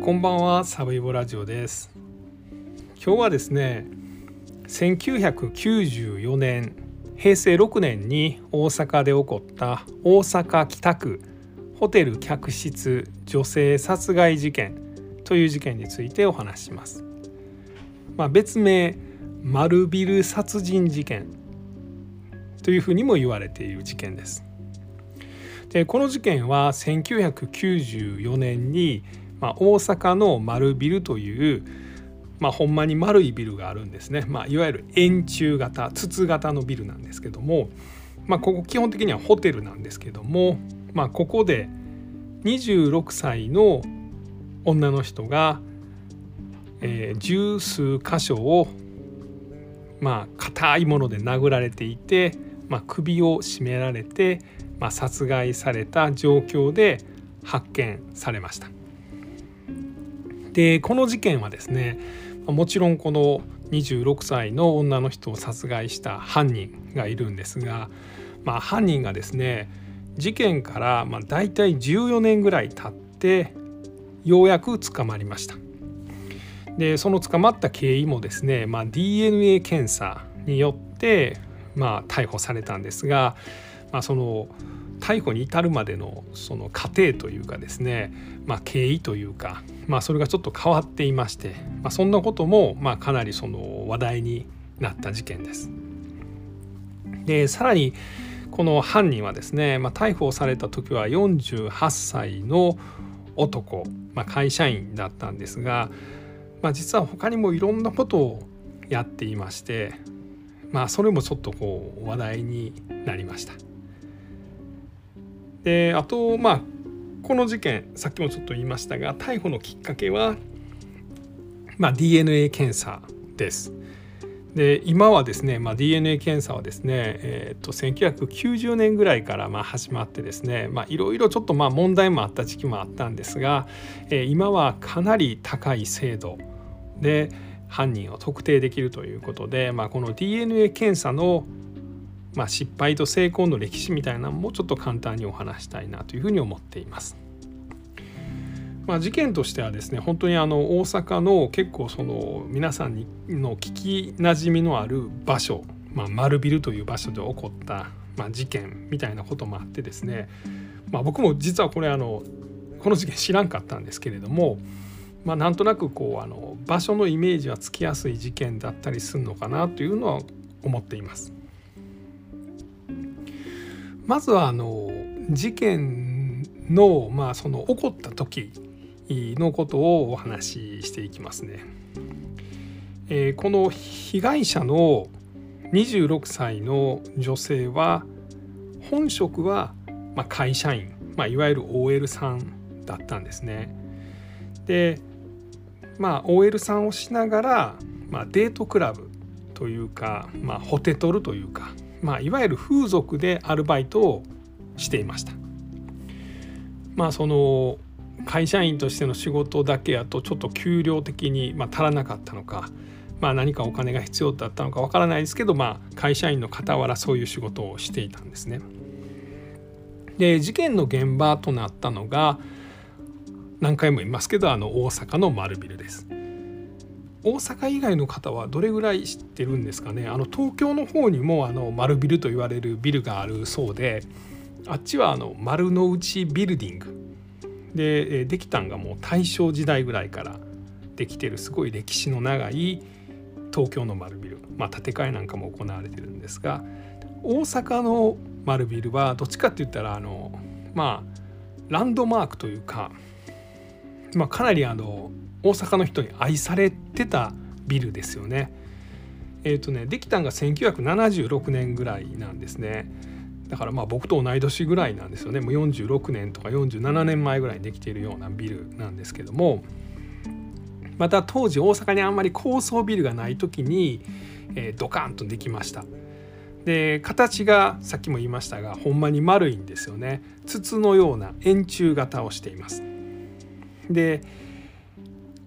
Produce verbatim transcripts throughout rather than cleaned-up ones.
こんばんは、サブイボラジオです。今日はですね、せんきゅうひゃくきゅうじゅうよねんへいせいろくねんに大阪で起こった大阪北区ホテル客室女性殺害事件という事件についてお話しします。まあ、別名丸ビル殺人事件というふうにも言われている事件です。でこの事件はせんきゅうひゃくきゅうじゅうよねんに、まあ、大阪の丸ビルという、まあ、ほんまに丸いビルがあるんですね。まあ、いわゆる円柱型筒型のビルなんですけども、まあ、ここ基本的にはホテルなんですけども、まあ、ここでにじゅうろくさいの女の人が、えー、十数箇所をまあ硬いもので殴られていて、まあ、首を絞められて、まあ、殺害された状況で発見されました。でこの事件はですね、もちろんこのにじゅうろくさいの女の人を殺害した犯人がいるんですが、まあ、犯人がですね事件からまあだいたいじゅうよねんぐらい経ってようやく捕まりました。でその捕まった経緯もですね、まあ、ディーエヌエー 検査によってまあ逮捕されたんですが、まあ、その逮捕に至るまでのその過程というかですね、まあ、経緯というか、まあ、それがちょっと変わっていまして、まあ、そんなこともまあかなりその話題になった事件です。でさらにこの犯人はですね、まあ、逮捕された時はよんじゅうはっさいの男、まあ、会社員だったんですが、まあ、実は他にもいろんなことをやっていまして、まあ、それもちょっとこう話題になりました。であとまあこの事件さっきもちょっと言いましたが、逮捕のきっかけは、まあ、ディーエヌエー 検査です。で今はですね、まあ、ディーエヌエー 検査はですね、えー、とせんきゅうひゃくきゅうじゅうねんぐらいからまあ始まってですね、いろいろちょっとまあ問題もあった時期もあったんですが、えー、今はかなり高い精度で犯人を特定できるということで、まあ、この ディーエヌエー 検査のまあ失敗と成功の歴史みたいなのもちょっと簡単にお話したいなというふうに思っています。まあ、事件としてはですね、本当にあの大阪の結構その皆さんにの聞きなじみのある場所、まあ、丸ビルという場所で起こったまあ事件みたいなこともあってですね、まあ、僕も実はこれあのこの事件知らんかったんですけれども、まあ、なんとなくこうあの場所のイメージはつきやすい事件だったりするのかなというのは思っています。まずはあの事件のまあその起こった時のことをお話ししていきますね。えー、この被害者のにじゅうろくさいの女性は本職はまあ会社員、まあ、いわゆる オーエル さんだったんですね。でまあ オーエル さんをしながら、まあ、デートクラブというか、まあ、ホテトルというか、まあ、いわゆる風俗でアルバイトをしていました。まあその会社員としての仕事だけやとちょっと給料的にまあ足らなかったのか、まあ、何かお金が必要だったのかわからないですけど、まあ、会社員の傍らそういう仕事をしていたんですね。で事件の現場となったのが何回も言いますけどあの大阪の丸ビルです。大阪以外の方はどれぐらい知ってるんですかね。あの東京の方にもあの丸ビルと言われるビルがあるそうで、あっちはあの丸の内ビルディングでできたんがもう大正時代ぐらいからできてるすごい歴史の長い東京の丸ビル、まあ、建て替えなんかも行われてるんですが、大阪の丸ビルはどっちかって言ったらあのまあランドマークというか、まあ、かなりあの大阪の人に愛されてたビルですよね。えーとねできたんがせんきゅうひゃくななじゅうろくねんぐらいなんですね。だからまあ僕と同い年ぐらいなんですよね。もうよんじゅうろくねんとかよんじゅうななねんまえぐらいにできているようなビルなんですけども、また当時大阪にあんまり高層ビルがない時に、えー、ドカンとできました。で形がさっきも言いましたがほんまに丸いんですよね。筒のような円柱型をしています。で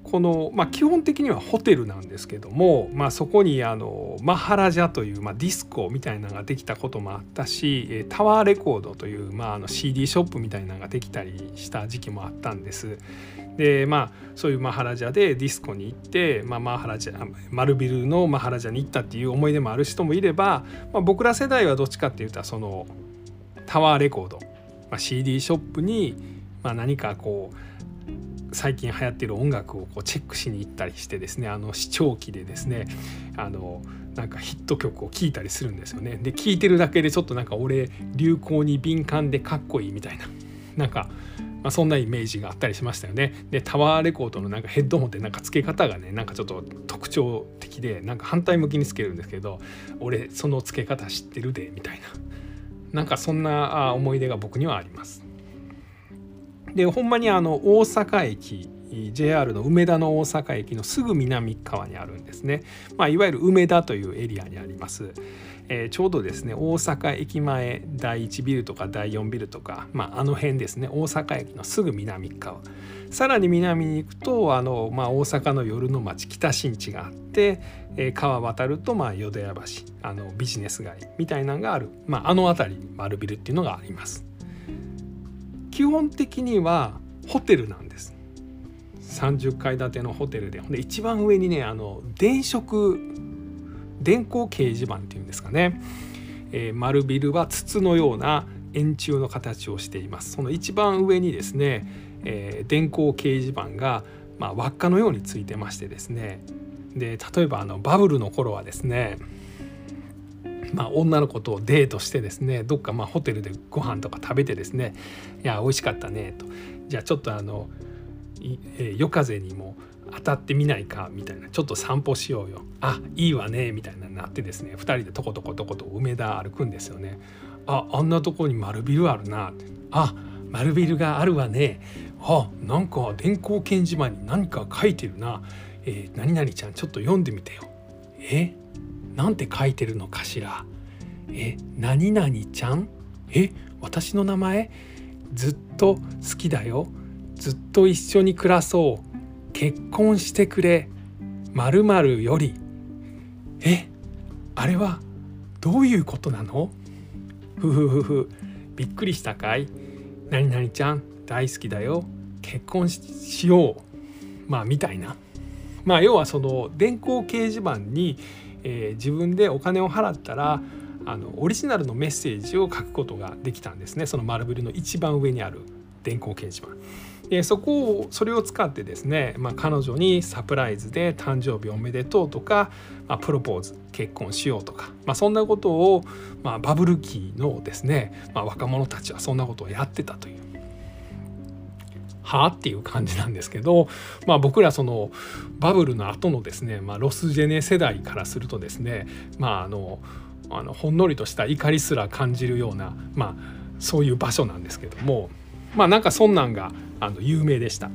この、まあ、基本的にはホテルなんですけども、まあ、そこにあのマハラジャという、まあ、ディスコみたいなのができたこともあったし、タワーレコードという、まあ、あの シーディー ショップみたいなのができたりした時期もあったんです。でまあそういうマハラジャでディスコに行って、まあ、マハラジャ丸ビルのマハラジャに行ったっていう思い出もある人もいれば、まあ、僕ら世代はどっちかっていうとそのタワーレコード、まあ、シーディー ショップに、まあ、何かこう最近流行っている音楽をこうチェックしに行ったりしてですね、あの視聴器でですね、あのなんかヒット曲を聴いたりするんですよね。で聴いてるだけでちょっとなんか俺流行に敏感でかっこいいみたいな、なんか、まあ、そんなイメージがあったりしましたよね。でタワーレコードのなんかヘッドホンってなんか付け方がね、なんかちょっと特徴的で、なんか反対向きにつけるんですけど、俺その付け方知ってるでみたいな、なんかそんな思い出が僕にはあります。でほんまにあの大阪駅 ジェイアール の梅田の大阪駅のすぐ南側にあるんですね。まあ、いわゆる梅田というエリアにあります。えー、ちょうどですね大阪駅前だいいちビルとかだいよんビルとか、まあ、あの辺ですね、大阪駅のすぐ南側、さらに南に行くとあの、まあ、大阪の夜の街北新地があって、えー、川渡るとまあ淀屋橋、あのビジネス街みたいなのがある、まあ、あの辺りに丸ビルっていうのがあります。基本的にはホテルなんです。さんじゅっかい建てのホテルで、で一番上にねあの電飾電光掲示板っていうんですかね、えー、丸ビルは筒のような円柱の形をしています。その一番上にですね、えー、電光掲示板が、まあ、輪っかのようについてましてですね、で例えばあのバブルの頃はですね、まあ、女の子とデートしてですね、どっかまあホテルでご飯とか食べてですね、いや美味しかったねと、じゃあちょっとあの、えー、夜風にも当たってみないかみたいな、ちょっと散歩しようよ、あいいわねみたいなになってですね、ふたりでとことことこと梅田歩くんですよね。ああんなとこに丸ビルあるな、あ丸ビルがあるわね、あなんか電光掲示板に何か書いてるな、えー、何々ちゃんちょっと読んでみてよ、えなんて書いてるのかしら、え何々ちゃん、え私の名前、ずっと好きだよ、ずっと一緒に暮らそう、結婚してくれ、〇〇より、えあれはどういうことなの、ふふふふびっくりしたかい、何々ちゃん大好きだよ、結婚 し, しよう、まあみたいな、まあ要はその電光掲示板にえー、自分でお金を払ったらあのオリジナルのメッセージを書くことができたんですね。その丸ビルの一番上にある電光掲示板で、そこをそれを使ってですね、まあ、彼女にサプライズで誕生日おめでとうとか、まあ、プロポーズ結婚しようとか、まあ、そんなことを、まあ、バブル期のですね、まあ、若者たちはそんなことをやってたというはあっていう感じなんですけど、まあ、僕らそのバブルの後のですね、まあ、ロスジェネ世代からするとですね、まあ、あのあのほんのりとした怒りすら感じるような、まあ、そういう場所なんですけども、まあなんかそんなんがあの有名でした。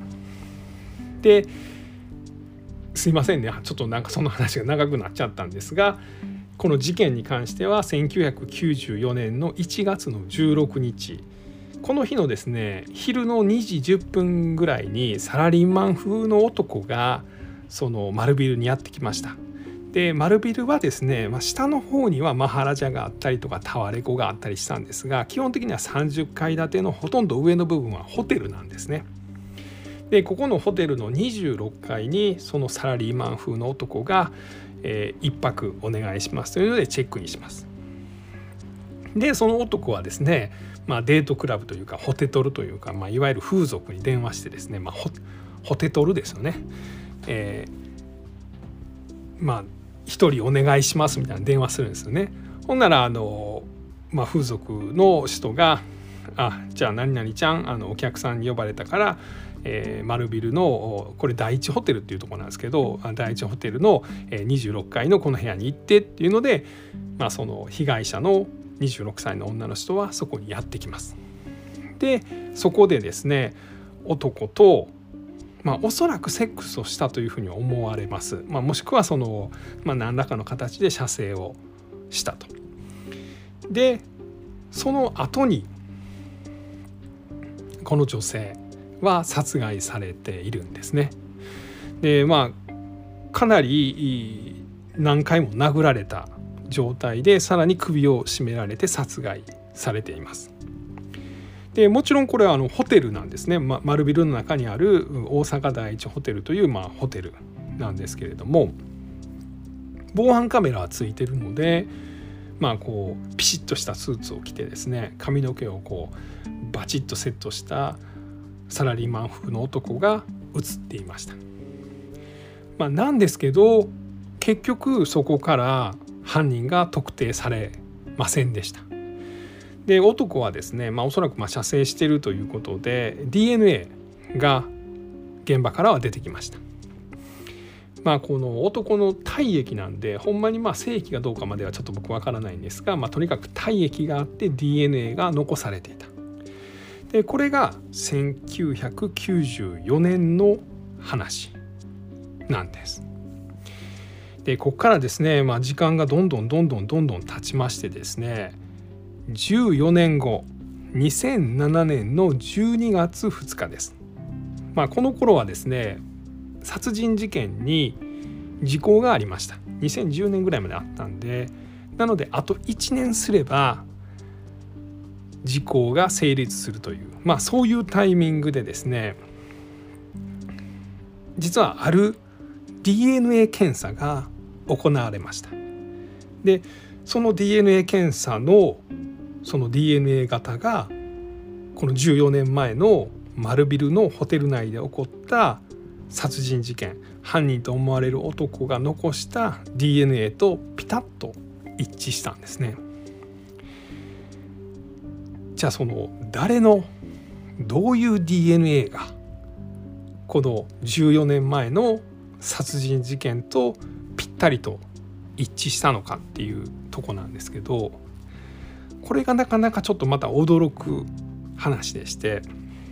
ですいませんね、ちょっとなんかその話が長くなっちゃったんですが、この事件に関してはせんきゅうひゃくきゅうじゅうよねんのいちがつのじゅうろくにち、この日のですね昼のにじじゅっぷんぐらいにサラリーマン風の男がその丸ビルにやってきました。で丸ビルはですね、まあ、下の方にはマハラジャがあったりとかタワレコがあったりしたんですが、基本的にはさんじゅっかい建てのほとんど上の部分はホテルなんですね。でここのホテルのにじゅうろっかいにそのサラリーマン風の男が、えー、いっぱくお願いしますというのでチェックにします。でその男はですね、まあ、デートクラブというかホテトルというか、まあ、いわゆる風俗に電話してですね、まあ、ホ, ホテトルですよね、えー、まあ一人お願いしますみたいな電話するんですよね。ほんならあの、まあ、風俗の人があじゃあ何々ちゃんあのお客さんに呼ばれたから、えー、丸ビルのこれ第一ホテルっていうところなんですけど、第一ホテルのにじゅうろっかいのこの部屋に行ってっていうので、まあ、その被害者のにじゅうろくさいの女の人はそこにやってきます。でそこでですね男と、まあ、おそらくセックスをしたというふうに思われます。まあ、もしくはその、まあ、何らかの形で射精をしたと。でその後にこの女性は殺害されているんですね。 でまあかなり何回も殴られた状態で、さらに首を絞められて殺害されています。でもちろんこれはあのホテルなんですね、ま、丸ビルの中にある大阪第一ホテルという、まあ、ホテルなんですけれども、防犯カメラはついてるので、まあこうピシッとしたスーツを着てですね、髪の毛をこうバチッとセットしたサラリーマン風の男が映っていました。まあ、なんですけど結局そこから犯人が特定されませんでした。で男はですね、まあ、おそらくまあ射精しているということで ディーエヌエー が現場からは出てきました。まあこの男の体液なんでほんまにまあ精液がどうかまではちょっと僕わからないんですが、まあ、とにかく体液があって ディーエヌエー が残されていた。でこれがせんきゅうひゃくきゅうじゅうよねんの話なんです。でここからですね、まあ、時間がどんどんどんどんどんどん経ちましてですね、じゅうよねんごにせんななねんのじゅうにがつふつかです。まあ、この頃はですね殺人事件に時効がありました。にせんじゅうねんぐらいまであったんで、なのであといちねんすれば時効が成立するという、まあそういうタイミングでですね、実はある ディーエヌエー 検査が行われました。でその ディーエヌエー 検査のその ディーエヌエー 型がこのじゅうよねんまえの丸ビルのホテル内で起こった殺人事件、犯人と思われる男が残した ディーエヌエー とピタッと一致したんですね。じゃあその誰のどういう ディーエヌエー がこのじゅうよねんまえの殺人事件とぴったりと一致したのかっていうとこなんですけど、これがなかなかちょっとまた驚く話でして、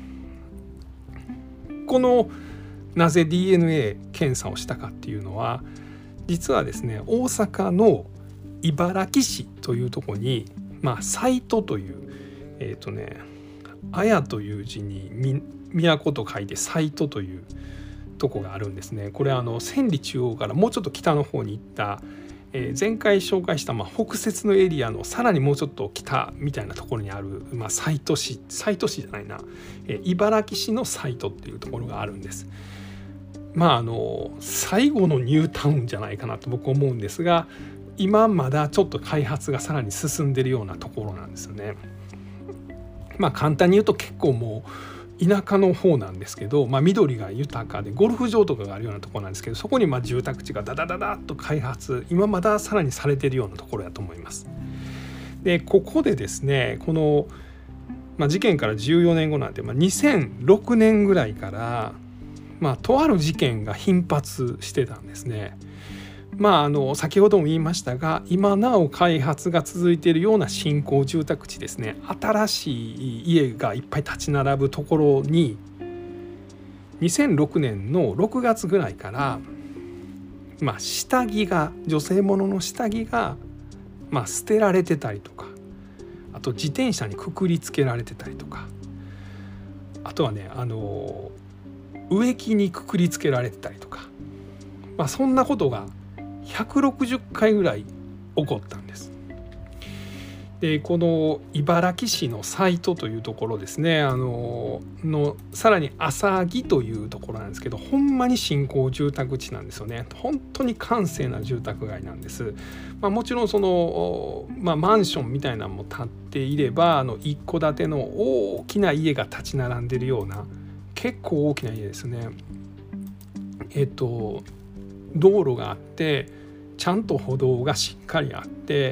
このなぜ ディーエヌエー 検査をしたかっていうのは、実はですね大阪の茨木市というところに、まあ斎藤というえっとね綾という字に都と書いて斎藤というとこがあるんですね。これはあの千里中央からもうちょっと北の方に行った、えー、前回紹介したまあ北摂のエリアのさらにもうちょっと北みたいなところにある、まあ、斎藤市斎藤市じゃないな、えー、茨木市の斎藤っていうところがあるんです。まああの最後のニュータウンじゃないかなと僕思うんですが、今まだちょっと開発がさらに進んでるようなところなんですよね。まあ簡単に言うと結構もう田舎の方なんですけど、まあ、緑が豊かでゴルフ場とかがあるようなところなんですけど、そこにまあ住宅地がダダダダッと開発、今まださらにされているようなところだと思います。でここでですねこの、まあ、事件からじゅうよねんごなんて、まあ、にせんろくねんぐらいから、まあ、とある事件が頻発してたんですね。まあ、あの先ほども言いましたが、今なお開発が続いているような新興住宅地ですね、新しい家がいっぱい立ち並ぶところににせんろくねんのろくがつぐらいから、まあ、下着が女性ものの下着が、まあ、捨てられてたりとか、あと自転車にくくりつけられてたりとか、あとはねあの植木にくくりつけられてたりとか、まあ、そんなことがひゃくろくじゅっかいぐらい起こったんです。でこの茨木市の斎藤というところですね、あののさらに朝木というところなんですけど、ほんまに新興住宅地なんですよね。本当に閑静な住宅街なんです。まあ、もちろんその、まあ、マンションみたいなのも建っていれば、あの一戸建ての大きな家が立ち並んでいるような結構大きな家ですね。えっと道路があってちゃんと歩道がしっかりあって、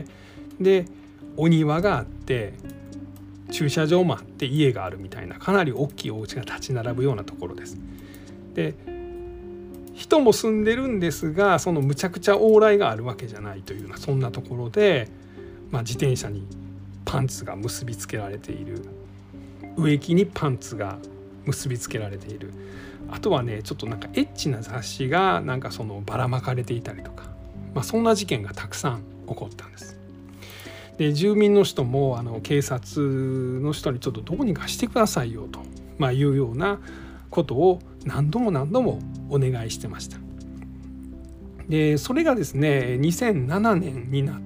でお庭があって駐車場もあって家があるみたいな、かなり大きいお家が立ち並ぶようなところです。で人も住んでるんですが、そのむちゃくちゃ往来があるわけじゃないというような、そんなところで、まあ、自転車にパンツが結びつけられている、植木にパンツが結びつけられている、あとはねちょっとなんかエッチな雑誌がなんかそのばらまかれていたりとか、まあ、そんな事件がたくさん起こったんです。で住民の人もあの警察の人にちょっとどうにかしてくださいよと、まあ、いうようなことを何度も何度もお願いしてました。でそれがですねにせんななねんになって、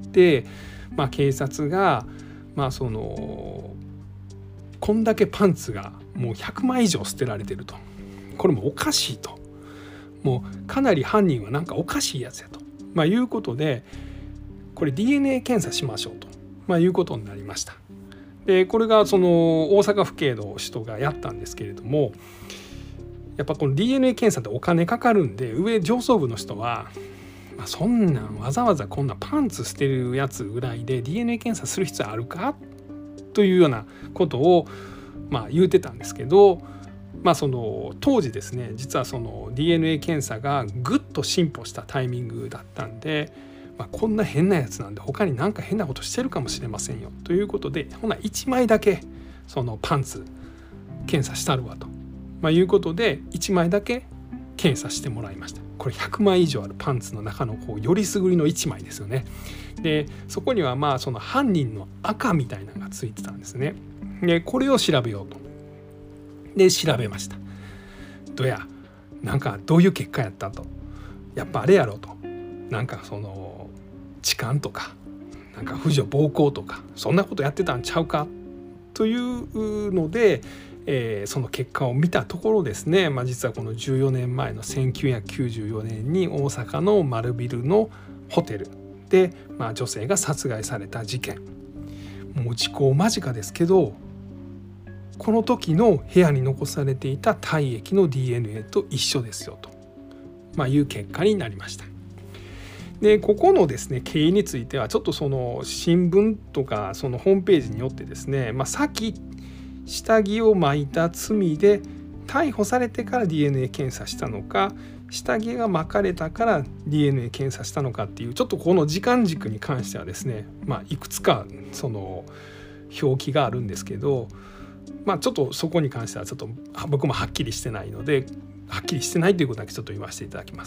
まあ、警察が、まあ、そのこんだけパンツがもうひゃくまい以上捨てられてると、これもおかしいと、もうかなり犯人はなんかおかしいやつやと、まあ、いうことでこれ ディーエヌエー 検査しましょうと、まあ、いうことになりました。でこれがその大阪府警の人がやったんですけれども、やっぱこの ディーエヌエー 検査ってお金かかるんで、上上層部の人は、まあ、そんなんわざわざこんなパンツ捨てるやつぐらいで ディーエヌエー 検査する必要あるかというようなことをまあ言うてたんですけど、まあその当時ですね、実はその ディーエヌエー 検査がぐっと進歩したタイミングだったんで、まあ、こんな変なやつなんで他に何か変なことしてるかもしれませんよということで、ほないちまいだけそのパンツ検査したるわと、まあ、いうことでいちまいだけ検査してもらいました。これひゃくまい以上あるパンツの中のこうよりすぐりのいちまいですよね。でそこにはまあその犯人の赤みたいなのがついてたんですね。でこれを調べようとで調べました。どやなんかどういう結果やったと、やっぱあれやろうと、なんかその痴漢とかなんか婦女暴行とかそんなことやってたんちゃうかというので、えー、その結果を見たところですね、まあ、実はこのじゅうよねんまえのせんきゅうひゃくきゅうじゅうよねんに大阪の丸ビルのホテルで、まあ、女性が殺害された事件、もう時効間近ですけど、この時の部屋に残されていた体液の ディーエヌエー と一緒ですよと、まあ、いう結果になりました。でここのですね経緯についてはちょっとその新聞とかそのホームページによってですね、まあ、先下着を巻いた罪で逮捕されてから ディーエヌエー 検査したのか、下着が巻かれたから ディーエヌエー 検査したのかっていう、ちょっとこの時間軸に関してはですね、まあ、いくつかその表記があるんですけど、まあ、ちょっとそこに関してはちょっと僕もはっきりしてないので、はっきりしてないということだけちょっと言わせていただきます。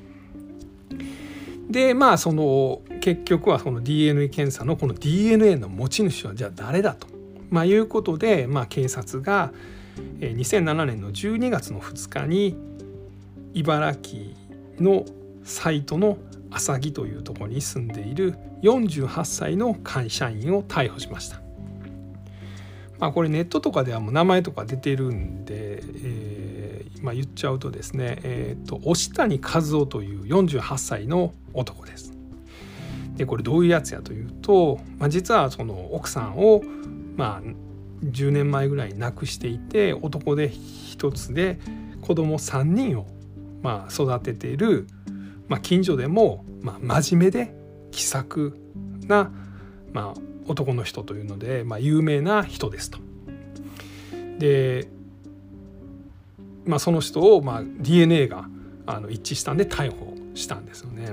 でまあその結局はその ディーエヌエー 検査のこの ディーエヌエー の持ち主はじゃあ誰だと、まあ、いうことで、まあ、警察がにせんななねんのじゅうにがつのふつかに茨城のサイトの朝木というところに住んでいるよんじゅうはっさいの会社員を逮捕しました。まあ、これネットとかではもう名前とか出てるんで、えー、まあ言っちゃうとですね、えー、と押谷和夫というよんじゅうはっさいの男です。でこれどういうやつやというと、まあ、実はその奥さんをまあじゅうねんまえぐらいに亡くしていて、男で一つで子供さんにんをまあ育てている、まあ、近所でもまあ真面目で気さくなまあ男の人というので、まあ、有名な人ですと。で、まあ、その人を、まあ、ディーエヌエー があの一致したんで逮捕したんですよね。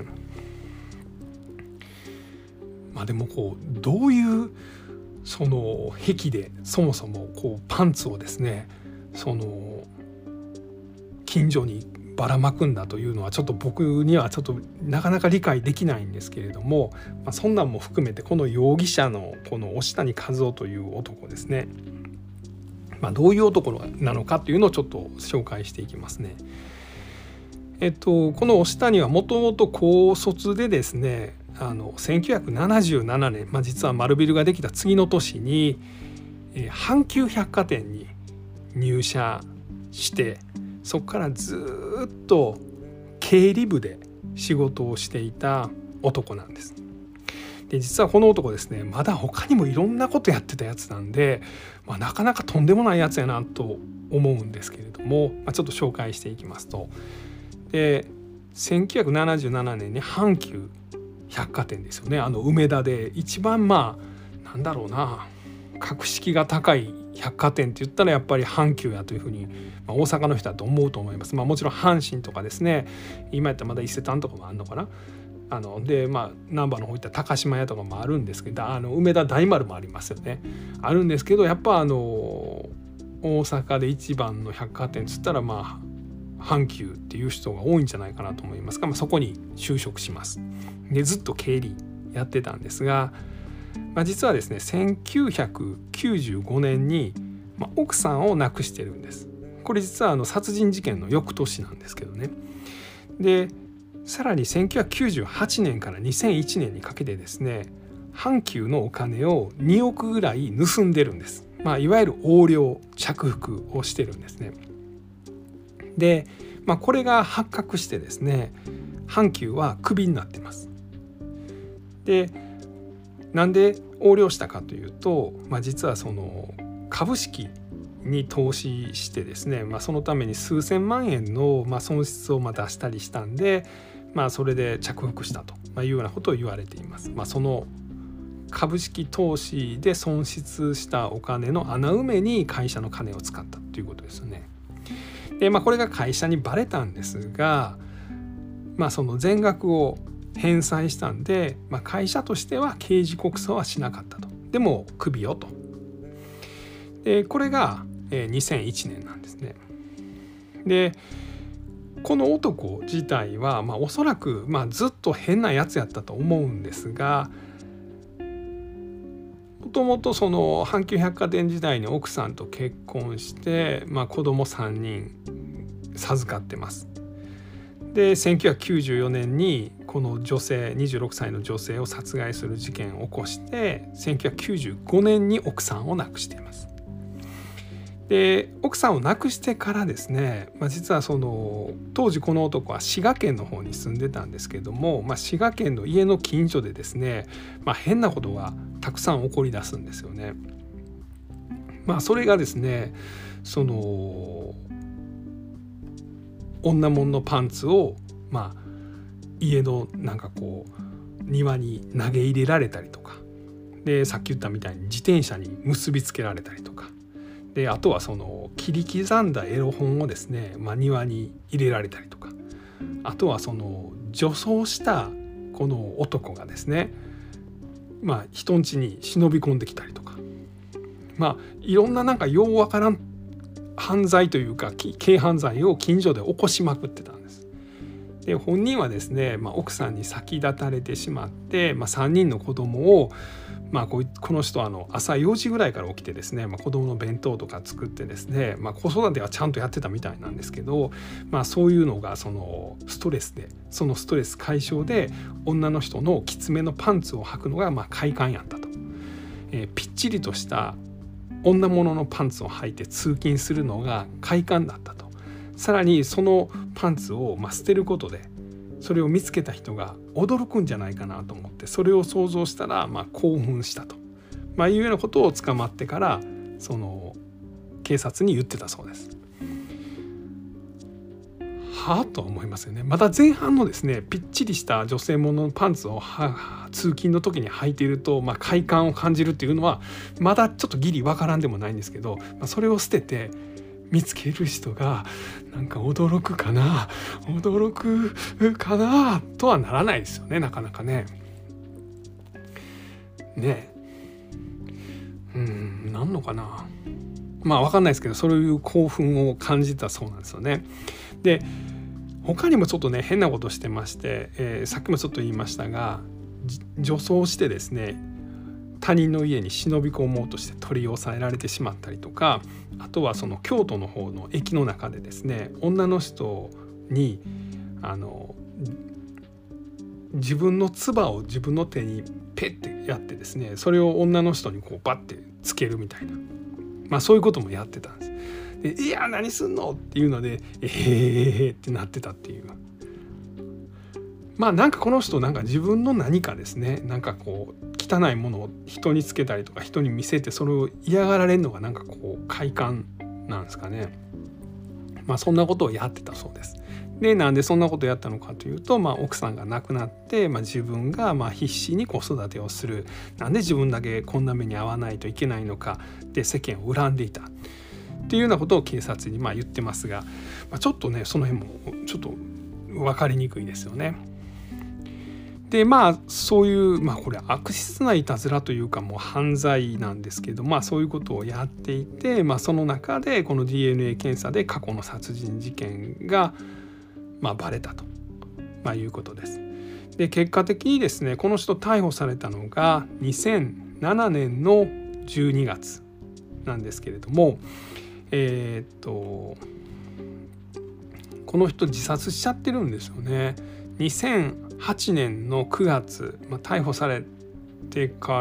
まあ、でもこうどういうその癖でそもそもこうパンツをですねその近所にばらまくんだというのはちょっと僕にはちょっとなかなか理解できないんですけれども、まあ、そんなんも含めてこの容疑者のこの押谷和夫という男ですね、まあ、どういう男なのかというのをちょっと紹介していきますね。えっとこの押谷はもともと高卒でですね、あのせんきゅうひゃくななじゅうななねん、まあ、実は丸ビルができた次の年に、えー、阪急百貨店に入社して、そこからずっと経理部で仕事をしていた男なんです。で実はこの男ですね、まだ他にもいろんなことやってたやつなんで、まあ、なかなかとんでもないやつやなと思うんですけれども、まあ、ちょっと紹介していきますと、でせんきゅうひゃくななじゅうななねんに阪急百貨店ですよね、あの梅田で一番まあなんだろうな格式が高い百貨店って言ったらやっぱり阪急やというふうに、まあ、大阪の人だと思うと思います。まあ、もちろん阪神とかですね、今やったらまだ伊勢丹とかもあるのかな、あのでまあ難波の方行ったら高島屋とかもあるんですけど、あの梅田大丸もありますよね、あるんですけど、やっぱあの大阪で一番の百貨店っつったらまあ阪急っていう人が多いんじゃないかなと思いますが、まあ、そこに就職します。でずっと経理やってたんですが、まあ、実はですねせんきゅうひゃくきゅうじゅうごねんに、まあ、奥さんを亡くしてるんです。 これ実はあの殺人事件の翌年なんですけどね。でさらにせんきゅうひゃくきゅうじゅうはちねんからにせんいちねんにかけてですね、阪急のお金をにおくぐらい盗んでるんです。まあ、いわゆる横領着服をしてるんですね。で、まあ、これが発覚してですね、阪急はクビになってます。でなんで横領したかというと、まあ、実はその株式に投資してですね、まあ、そのために数千万円のまあ損失をまあ出したりしたんで、まあ、それで着服したというようなことを言われています。まあ、その株式投資で損失したお金の穴埋めに会社の金を使ったということですよね。で、まあ、これが会社にバレたんですが、まあ、その全額を返済したんで、まあ、会社としては刑事告訴はしなかったと。でもクビよと。でこれがにせんいちねんなんですね。でこの男自体は、まあ、おそらく、まあ、ずっと変なやつやったと思うんですが、もともとその阪急百貨店時代に奥さんと結婚して、まあ、子供さんにん授かってます。でせんきゅうひゃくきゅうじゅうよねんにこの女性にじゅうろくさいの女性を殺害する事件を起こしてせんきゅうひゃくきゅうじゅうごねんに奥さんを亡くしています。で奥さんを亡くしてからですね、まあ、実はその当時この男は滋賀県の方に住んでたんですけども、まあ、滋賀県の家の近所でですね、まあ、変なことがたくさん起こり出すんですよね。まあそれがですね、その女物のパンツをまあ家のなんかこう庭に投げ入れられたりとかで、さっき言ったみたいに自転車に結びつけられたりとかで、あとはその切り刻んだエロ本をですね、まあ、庭に入れられたりとか、あとはその女装したこの男がですね、まあ人ん家に忍び込んできたりとか、まあいろんななんかようわからん犯罪というか軽犯罪を近所で起こしまくってたんです。で本人はですね、まあ、奥さんに先立たれてしまって、まあ、さんにんの子供をまあ、この人はあの朝よじぐらいから起きてですね、まあ、子供の弁当とか作ってですね、まあ、子育てはちゃんとやってたみたいなんですけど、まあ、そういうのがそのストレスでそのストレス解消で女の人のきつめのパンツを履くのがまあ快感やったと、えー、ぴっちりとした女物のパンツを履いて通勤するのが快感だったと。さらにそのパンツをまあ捨てることでそれを見つけた人が驚くんじゃないかなと思って、それを想像したらまあ興奮したと、まあ、いうようなことを捕まってからその警察に言ってたそうです。はあと思いますよね。また前半のですねぴっちりした女性もののパンツをは通勤の時に履いていると、まあ、快感を感じるっていうのはまだちょっとギリわからんでもないんですけど、まあ、それを捨てて見つける人がなんか驚くかな驚くかなとはならないですよね、なかなかね。ねえ、うんなんのかな、まあ分かんないですけど、そういう興奮を感じたそうなんですよね。で他にもちょっとね変なことしてまして、えー、さっきもちょっと言いましたが女装してですね他人の家に忍び込もうとして取り押さえられてしまったりとか、あとはその京都の方の駅の中でですね女の人にあの自分の唾を自分の手にペッてやってですね、それを女の人にこうバッてつけるみたいな、まあそういうこともやってたんです。でいや何すんのっていうのでえーってなってたっていう、まあなんかこの人なんか自分の何かですね、なんかこう汚いものを人につけたりとか人に見せてそれを嫌がられるのがなんかこう快感なんですかね。まあそんなことをやってたそうです。でなんでそんなことをやったのかというと、まあ、奥さんが亡くなって、まあ、自分がまあ必死に子育てをする、なんで自分だけこんな目に遭わないといけないのかで世間を恨んでいたっていうようなことを警察にまあ言ってますが、まあ、ちょっとねその辺もちょっと分かりにくいですよね。でまあそういう、まあ、これ悪質ないたずらというかもう犯罪なんですけど、まあそういうことをやっていて、まあ、その中でこの ディーエヌエー 検査で過去の殺人事件がまあバレたと、まあ、いうことです。で結果的にですねこの人逮捕されたのがにせんななねんのじゅうにがつなんですけれども、 えー、っとこの人自殺しちゃってるんですよね。にせんはちねんのくがつ、まあ、逮捕されてから、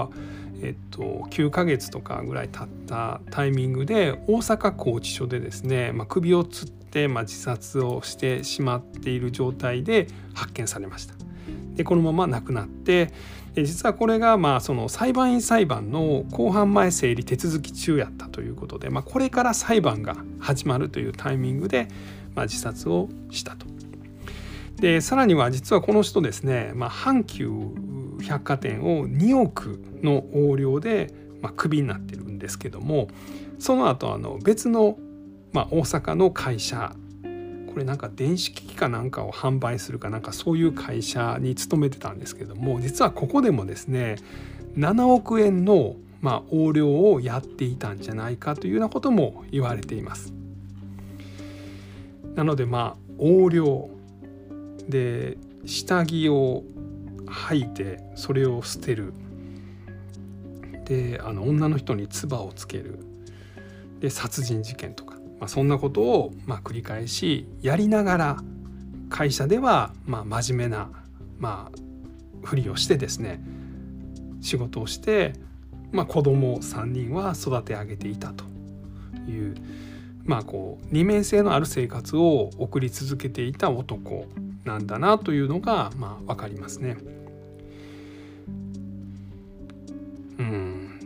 えっと、きゅうかげつとかぐらい経ったタイミングで大阪拘置所でですね、まあ、首をつって、まあ、自殺をしてしまっている状態で発見されました。でこのまま亡くなって、実はこれがまあその裁判員裁判の公判前整理手続き中やったということで、まあ、これから裁判が始まるというタイミングで、まあ、自殺をしたと。でさらには実はこの人ですね、まあ、阪急百貨店をにおくの横領で、まあ、クビになってるんですけども、その後あの別の、まあ、大阪の会社、これなんか電子機器かなんかを販売するかなんかそういう会社に勤めてたんですけども、実はここでもですねななおくえんのまあ横領をやっていたんじゃないかというようなことも言われています。なのでまあ横領で下着を履いてそれを捨てる、であの女の人に唾をつける、で殺人事件とか、まあ、そんなことをまあ繰り返しやりながら会社ではまあ真面目なまあふりをしてですね仕事をして、まあ、子供さんにんは育て上げていたという、まあこう二面性のある生活を送り続けていた男なんだなというのがまあ分かりますね。うん、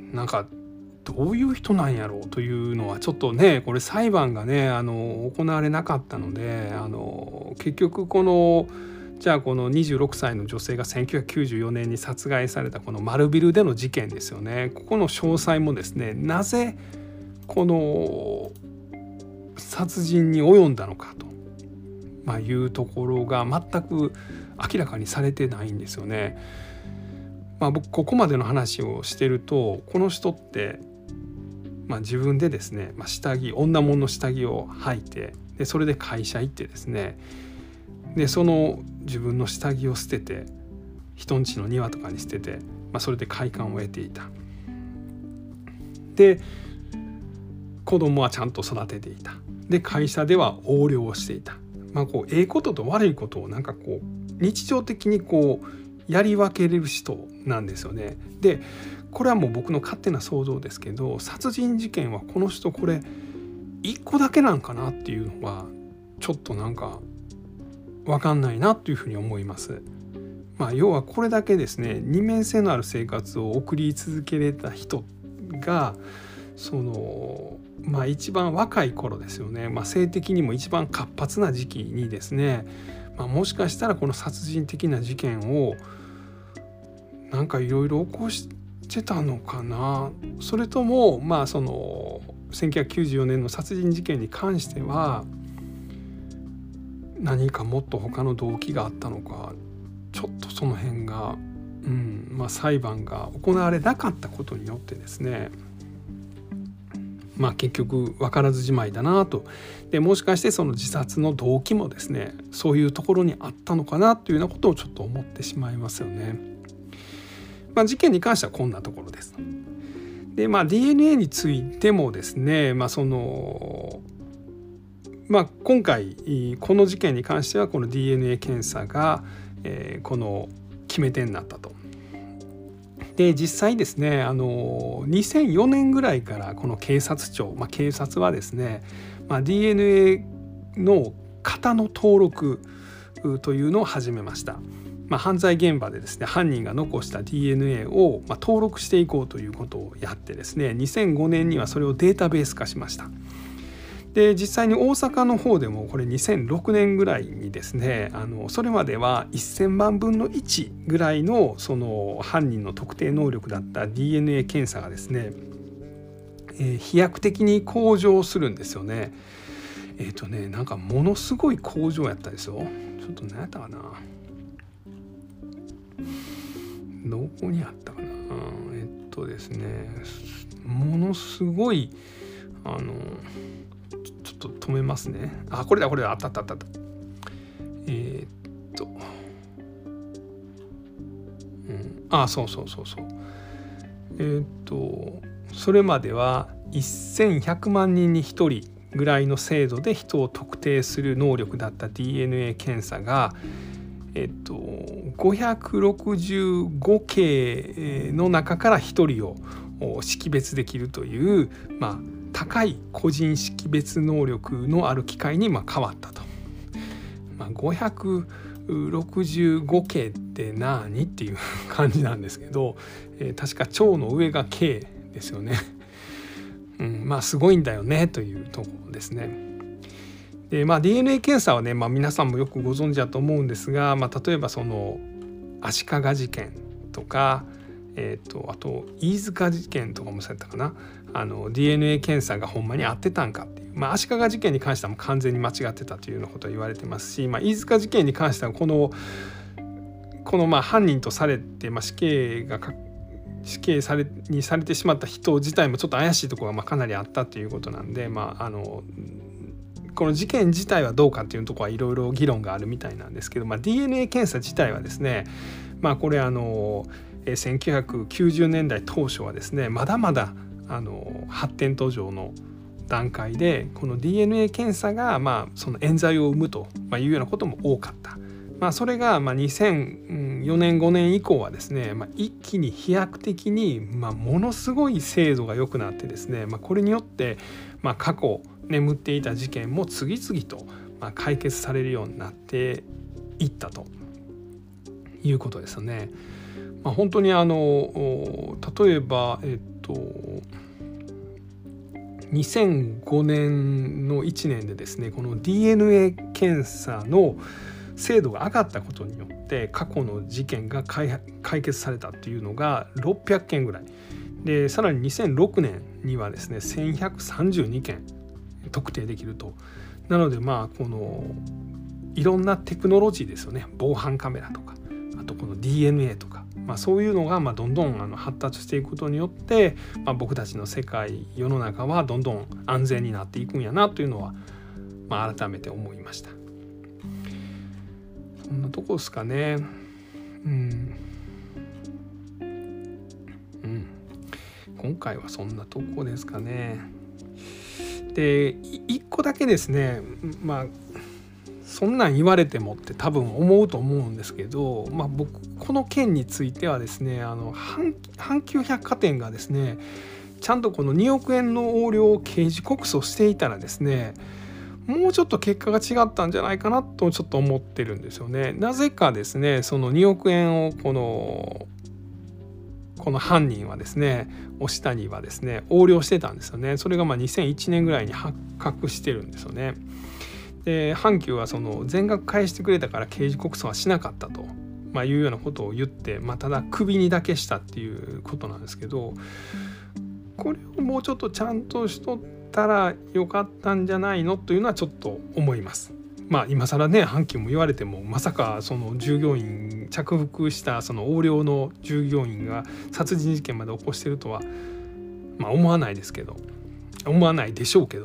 なんかどういう人なんやろうというのはちょっとね、これ裁判がねあの行われなかったので、あの結局このじゃあこのにじゅうろくさいの女性がせんきゅうひゃくきゅうじゅうよねんに殺害されたこの丸ビルでの事件ですよね。ここの詳細もですね、なぜこの殺人に及んだのかと、まあ、いうところが全く明らかにされてないんですよね。まあ、僕ここまでの話をしてると、この人って、まあ、自分でですね、まあ、下着女物の下着を履いて、でそれで会社行ってですね、でその自分の下着を捨てて人ん家の庭とかに捨てて、まあ、それで快感を得ていた。で子供はちゃんと育てていた。で会社では横領をしていた。まあこうええことと悪いことをなんかこう日常的にこうやり分けれる人なんですよね。でこれはもう僕の勝手な想像ですけど、殺人事件はこの人これいっこだけなんかなっていうのはちょっとなんか分かんないなというふうに思います。まあ要はこれだけですね二面性のある生活を送り続けれた人がそのまあ一番若い頃ですよね、まあ、性的にも一番活発な時期にですね、まあ、もしかしたらこの殺人的な事件をなんかいろいろ起こしてたのかな。それともまあそのせんきゅうひゃくきゅうじゅうよねんの殺人事件に関しては何かもっと他の動機があったのか、ちょっとその辺が、うんまあ、裁判が行われなかったことによってですね、まあ、結局分からずじまいだなと。でもしかしてその自殺の動機もですねそういうところにあったのかなというようなことをちょっと思ってしまいますよね。まあ、事件に関してはこんなところです。で、まあ、ディーエヌエー についてもですね、まあそのまあ、今回この事件に関してはこの ディーエヌエー 検査が、えー、この決め手になったと。で実際ですねあのにせんよねんぐらいからこの警察庁、まあ、警察はですね、まあ、ディーエヌエー の型の登録というのを始めました。まあ、犯罪現場でですね犯人が残した ディーエヌエー をまあ登録していこうということをやってですねにせんごねんにはそれをデータベース化しました。で実際に大阪の方でもこれにせんろくねんぐらいにですねあのそれまではせんまんぶんのいちぐらいのその犯人の特定能力だった ディーエヌエー 検査がですね、えー、飛躍的に向上するんですよね。えっ、ー、とねなんかものすごい向上やったですよ。ちょっと何やったかな、どこにあったかな、えっとですねものすごいあのちょっと止めますね。あ、これだこれだあったあったあった。えー、っと、うん、あ、そうそうそうそう。えー、っとそれまではせんひゃくまんにんにひとりぐらいの精度で人を特定する能力だった ディーエヌエー 検査が、えっと、ごひゃくろくじゅうごけいの中からひとりを識別できるという、まあ、高い個人識別能力のある機械にまあ変わったと。まあ、ごひゃくろくじゅうごけいって何っていう感じなんですけど、えー、確か腸の上が K ですよね。うん、まあすごいんだよねというところですね。で、まあ、ディーエヌエー 検査はね、まあ、皆さんもよくご存知だと思うんですが、まあ、例えばその足利事件とか、えー、とあと飯塚事件とかもされたかな、あの ディーエヌエー 検査がほんまに合ってたんかっていう、まあ、足利事件に関してはもう完全に間違ってたというようなことを言われてますし、まあ、飯塚事件に関してはこのこのまあ犯人とされて、まあ、死刑が死刑されにされてしまった人自体もちょっと怪しいところがまあかなりあったということなんで、まあ、あのこの事件自体はどうかっていうところはいろいろ議論があるみたいなんですけど、まあ、ディーエヌエー 検査自体はですね、まあ、これあのせんきゅうひゃくきゅうじゅうねんだい当初はですねまだまだあの発展途上の段階でこの ディーエヌエー 検査がまあその冤罪を生むというようなことも多かった。まあ、それがまあにせんよねんごねん以降はですね、まあ、一気に飛躍的にまあものすごい精度が良くなってですね、まあ、これによってまあ過去眠っていた事件も次々とまあ解決されるようになっていったということですよね。まあ、本当にあの例えばえっとにせんごねんのいちねんでですねこの ディーエヌエー 検査の精度が上がったことによって過去の事件が解決されたっていうのがろっぴゃっけんぐらいで、さらににせんろくねんにはですねせんひゃくさんじゅうにけん特定できると。なのでまあこのいろんなテクノロジーですよね、防犯カメラとかあとこの ディーエヌエー とか、まあ、そういうのがまあどんどんあの発達していくことによって、まあ、僕たちの世界世の中はどんどん安全になっていくんやなというのは、まあ、改めて思いました。そんなとこですかね。うん、うん、今回はそんなとこですかね。で一個だけですね、まあそんなん言われてもって多分思うと思うんですけど、まあ、僕この件についてはですねあの阪阪急百貨店がですねちゃんとこのにおくえんの横領を刑事告訴していたらですねもうちょっと結果が違ったんじゃないかなとちょっと思ってるんですよね。なぜかですねそのにおくえんをこのこの犯人はですね押谷はですね横領してたんですよね。それがまあにせんいちねんぐらいに発覚してるんですよね。で阪急はその全額返してくれたから刑事告訴はしなかったと、まあ、いうようなことを言って、まあ、ただ首にだけしたっていうことなんですけど、これをもうちょっとちゃんとしとったらよかったんじゃないのというのはちょっと思います。まあ今更ね阪急も言われてもまさかその従業員着服したその横領の従業員が殺人事件まで起こしてるとは、まあ、思わないですけど思わないでしょうけど、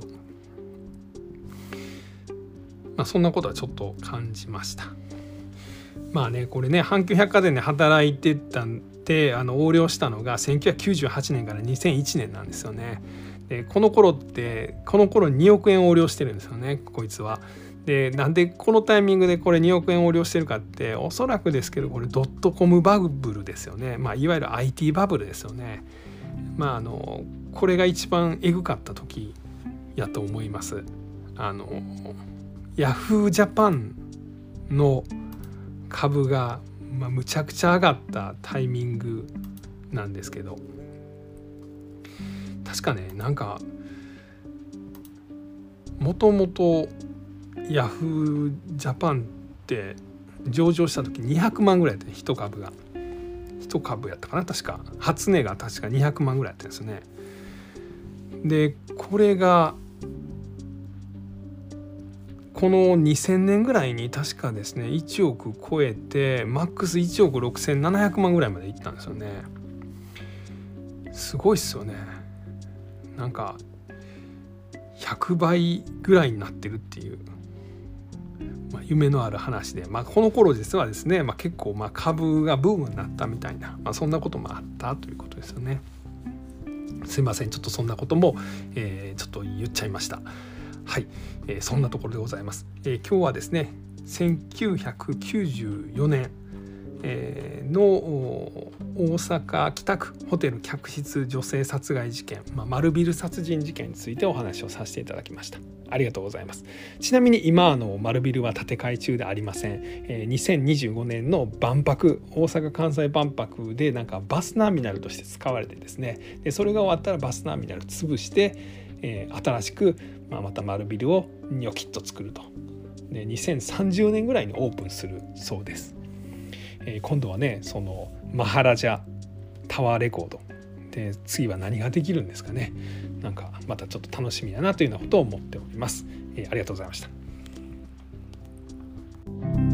まあ、そんなことはちょっと感じました。まあねこれね阪急百貨店で働いてたんであの横領したのがせんきゅうひゃくきゅうじゅうはちねんからにせんいちねんなんですよね。でこの頃ってこの頃ににおくえん横領してるんですよねこいつは。でなんでこのタイミングでこれにおくえん横領してるかっておそらくですけどこれドットコムバブルですよね。まあいわゆる アイティー バブルですよね。まああのこれが一番エグかった時やと思います。あのヤフージャパンの株が、まあ、むちゃくちゃ上がったタイミングなんですけど、確かねなんかもともとヤフージャパンって上場した時にひゃくまんぐらいやったね、いち株がいち株やったかな、確か初値が確かにひゃくまんぐらいやったんですよね。でこれがこのにせんねんぐらいに確かですねいちおく超えてマックスいちおくろくせんななひゃくまんぐらいまでいったんですよね。すごいっすよね。なんかひゃくばいぐらいになってるっていう、まあ、夢のある話で、まあ、この頃実はですね、まあ、結構まあ株がブームになったみたいな、まあ、そんなこともあったということですよね。 すいません、ちょっとそんなことも、えー、ちょっと言っちゃいました。はい、えー、そんなところでございます。えー、今日はですねせんきゅうひゃくきゅうじゅうよねん、えー、の大阪北区ホテル客室女性殺害事件、まあ、丸ビル殺人事件についてお話をさせていただきました。ありがとうございます。ちなみに今あの丸ビルは建て替え中でありません。えー、にせんにじゅうごねんの万博、大阪・関西万博でなんかバスターミナルとして使われてですね、でそれが終わったらバスターミナル潰して、えー、新しく、まあ、また丸ビルをニョキッと作ると。でにせんさんじゅうねんぐらいにオープンするそうです。えー、今度はねそのマハラジャタワーレコードで次は何ができるんですかね。なんかまたちょっと楽しみだなというようなことを思っております。えー、ありがとうございました。